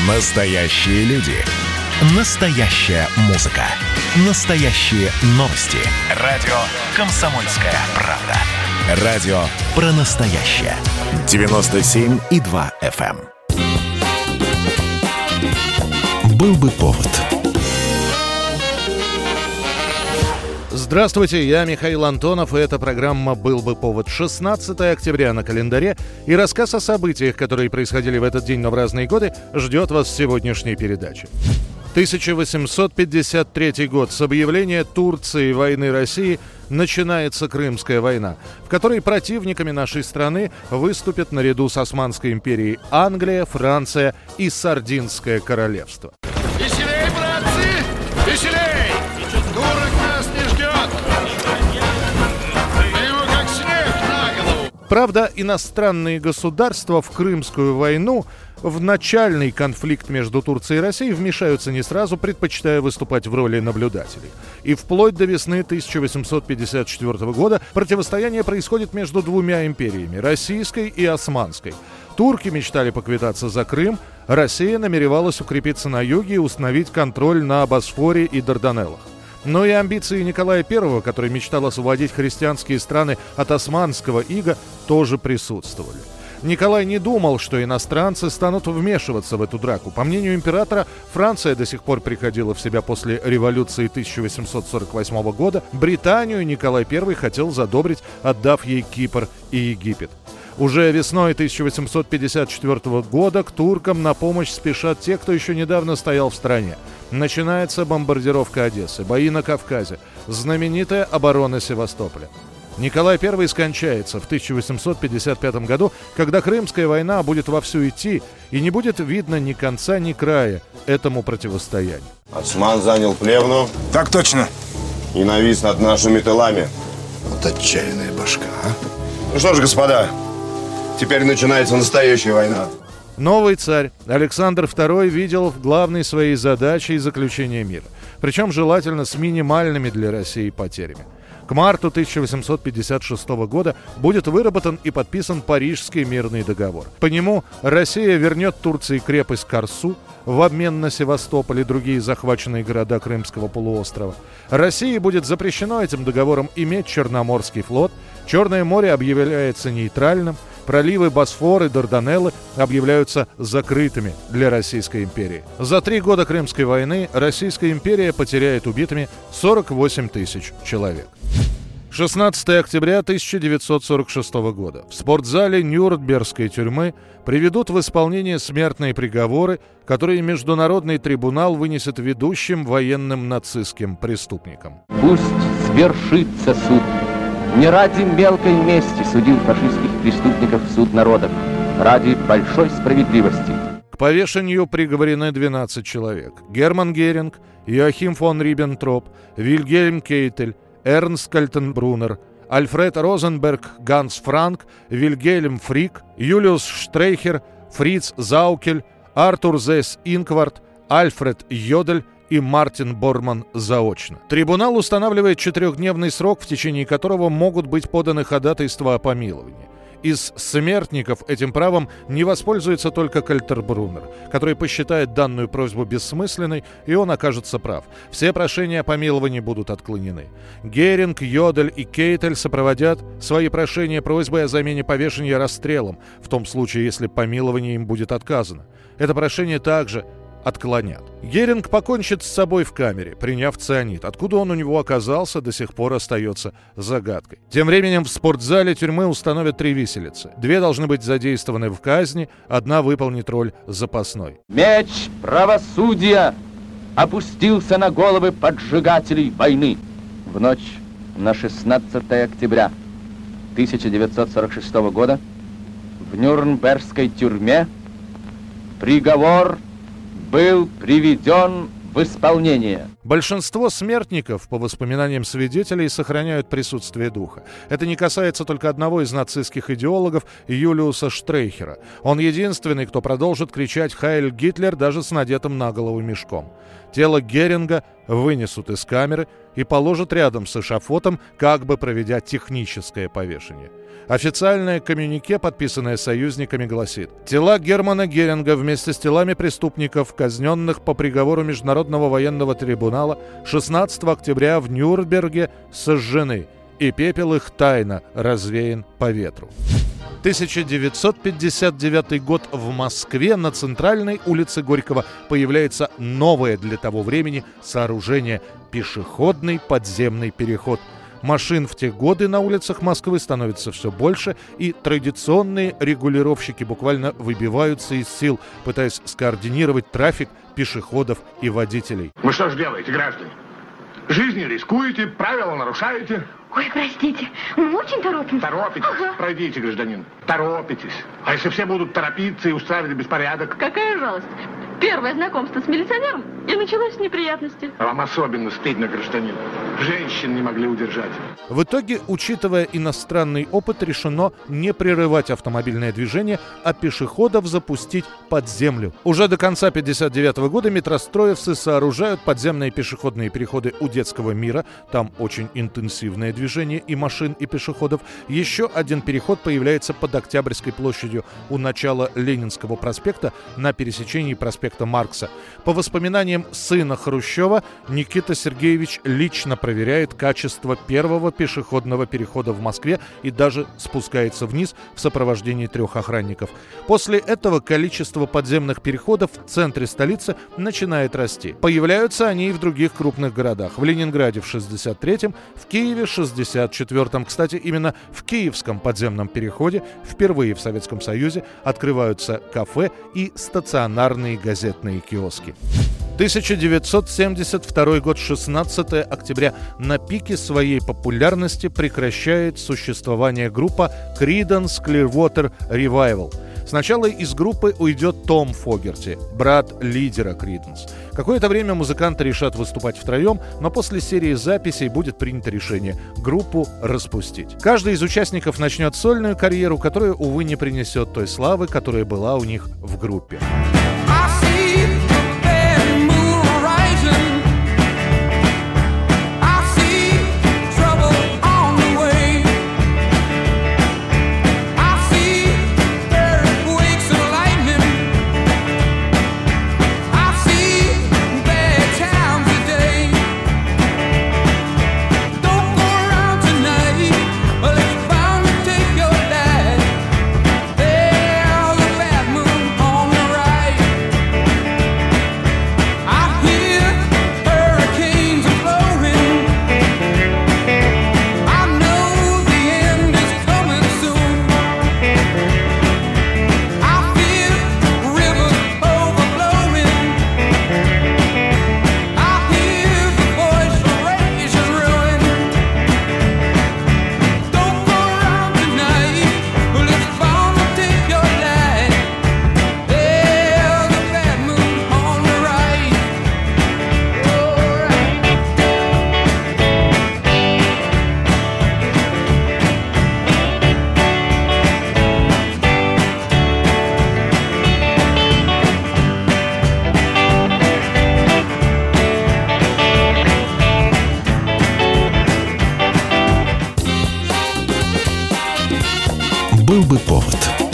Настоящие люди. Настоящая музыка. Настоящие новости. Радио «Комсомольская правда». Радио про настоящее. 97,2 FM. Был бы повод. Здравствуйте, я Михаил Антонов, и эта программа «Был бы повод». 16 октября на календаре, и рассказ о событиях, которые происходили в этот день, но в разные годы, ждет вас в сегодняшней передаче. 1853 год. С объявления Турции войны России начинается Крымская война, в которой противниками нашей страны выступят наряду с Османской империей Англия, Франция и Сардинское королевство. Веселей, братцы! Веселей! Турок нас не ждет! Ему как снег на голову! Правда, иностранные государства в Крымскую войну, в начальный конфликт между Турцией и Россией, вмешаются не сразу, предпочитая выступать в роли наблюдателей. И вплоть до весны 1854 года противостояние происходит между двумя империями – российской и османской. Турки мечтали поквитаться за Крым, Россия намеревалась укрепиться на юге и установить контроль на Босфоре и Дарданеллах. Но и амбиции Николая I, который мечтал освободить христианские страны от османского ига, тоже присутствовали. Николай не думал, что иностранцы станут вмешиваться в эту драку. По мнению императора, Франция до сих пор приходила в себя после революции 1848 года. Британию Николай I хотел задобрить, отдав ей Кипр и Египет. Уже весной 1854 года к туркам на помощь спешат те, кто еще недавно стоял в стране. Начинается бомбардировка Одессы, бои на Кавказе, знаменитая оборона Севастополя. Николай I скончается в 1855 году, когда Крымская война будет вовсю идти, и не будет видно ни конца, ни края этому противостоянию. Осман занял Плевну. Так точно. И навис над нашими тылами. Вот отчаянная башка, а? Ну что ж, господа, теперь начинается настоящая война. Новый царь Александр II видел в главной своей задачей заключение мира, причем желательно с минимальными для России потерями. К марту 1856 года будет выработан и подписан Парижский мирный договор. По нему Россия вернет Турции крепость Карсу в обмен на Севастополь и другие захваченные города Крымского полуострова. России будет запрещено этим договором иметь Черноморский флот, Черное море объявляется нейтральным, проливы Босфор и Дарданеллы объявляются закрытыми для Российской империи. За 3 года Крымской войны Российская империя потеряет убитыми 48 тысяч человек. 16 октября 1946 года. В спортзале Нюрнбергской тюрьмы приведут в исполнение смертные приговоры, которые Международный трибунал вынесет ведущим военным нацистским преступникам. Пусть свершится суд. Не ради мелкой мести судил фашистских преступников суд народов, ради большой справедливости. К повешению приговорены 12 человек. Герман Геринг, Йоахим фон Риббентроп, Вильгельм Кейтель, Эрнст Кальтенбруннер, Альфред Розенберг, Ганс Франк, Вильгельм Фрик, Юлиус Штрейхер, Фриц Заукель, Артур Зесс Инкварт, Альфред Йодель и Мартин Борман заочно. Трибунал устанавливает 4-дневный срок, в течение которого могут быть поданы ходатайства о помиловании. Из смертников этим правом не воспользуется только Кальтенбруннер, который посчитает данную просьбу бессмысленной, и он окажется прав. Все прошения о помиловании будут отклонены. Геринг, Йодель и Кейтель сопроводят свои прошения просьбой о замене повешения расстрелом, в том случае, если помилование им будет отказано. Это прошение также отклонят. Геринг покончит с собой в камере, приняв цианид. Откуда он у него оказался, до сих пор остается загадкой. Тем временем в спортзале тюрьмы установят 3 виселицы. 2 должны быть задействованы в казни, 1 выполнит роль запасной. Меч правосудия опустился на головы поджигателей войны. В ночь на 16 октября 1946 года в Нюрнбергской тюрьме приговор был приведен в исполнение. Большинство смертников, по воспоминаниям свидетелей, сохраняют присутствие духа. Это не касается только одного из нацистских идеологов, Юлиуса Штрейхера. Он единственный, кто продолжит кричать «Хайль Гитлер» даже с надетым на голову мешком. Тело Геринга вынесут из камеры и положат рядом с эшафотом, как бы проведя техническое повешение. Официальное коммюнике, подписанное союзниками, гласит: тела Германа Геринга вместе с телами преступников, казненных по приговору Международного военного трибунала 16 октября в Нюрнберге, сожжены, и пепел их тайно развеян по ветру. 1959 год. В Москве на центральной улице Горького появляется новое для того времени сооружение – пешеходный подземный переход. Машин в те годы на улицах Москвы становится все больше, и традиционные регулировщики буквально выбиваются из сил, пытаясь скоординировать трафик пешеходов и водителей. Вы что же делаете, граждане? Жизнью рискуете, правила нарушаете. Ой, простите, мы очень торопимся. Торопитесь? Ага. Пройдите, гражданин. Торопитесь. А если все будут торопиться и устраивать беспорядок? Какая жалость. Первое знакомство с милиционером, и началось неприятности. Вам особенно стыдно, гражданин. Женщин не могли удержать. В итоге, учитывая иностранный опыт, решено не прерывать автомобильное движение, а пешеходов запустить под землю. Уже до конца 1959 года метростроевцы сооружают подземные пешеходные переходы у Детского мира. Там очень интенсивное движение и машин, и пешеходов. Еще один переход появляется под Октябрьской площадью у начала Ленинского проспекта на пересечении проспекта Маркса. По воспоминаниям сына Хрущева, Никита Сергеевич лично проверяет качество первого пешеходного перехода в Москве и даже спускается вниз в сопровождении 3 охранников. После этого количество подземных переходов в центре столицы начинает расти. Появляются они и в других крупных городах. В Ленинграде в 1963-м, в Киеве в 1964-м. Кстати, именно в Киевском подземном переходе впервые в Советском Союзе открываются кафе и стационарные газетные киоски. 1972 год, 16 октября. На пике своей популярности прекращает существование группа Creedence Clearwater Revival. Сначала из группы уйдет Том Фогерти, брат лидера Creedence. Какое-то время музыканты решат выступать втроем, но после серии записей будет принято решение группу распустить. Каждый из участников начнет сольную карьеру, которая, увы, не принесет той славы, которая была у них в группе. Был бы повод.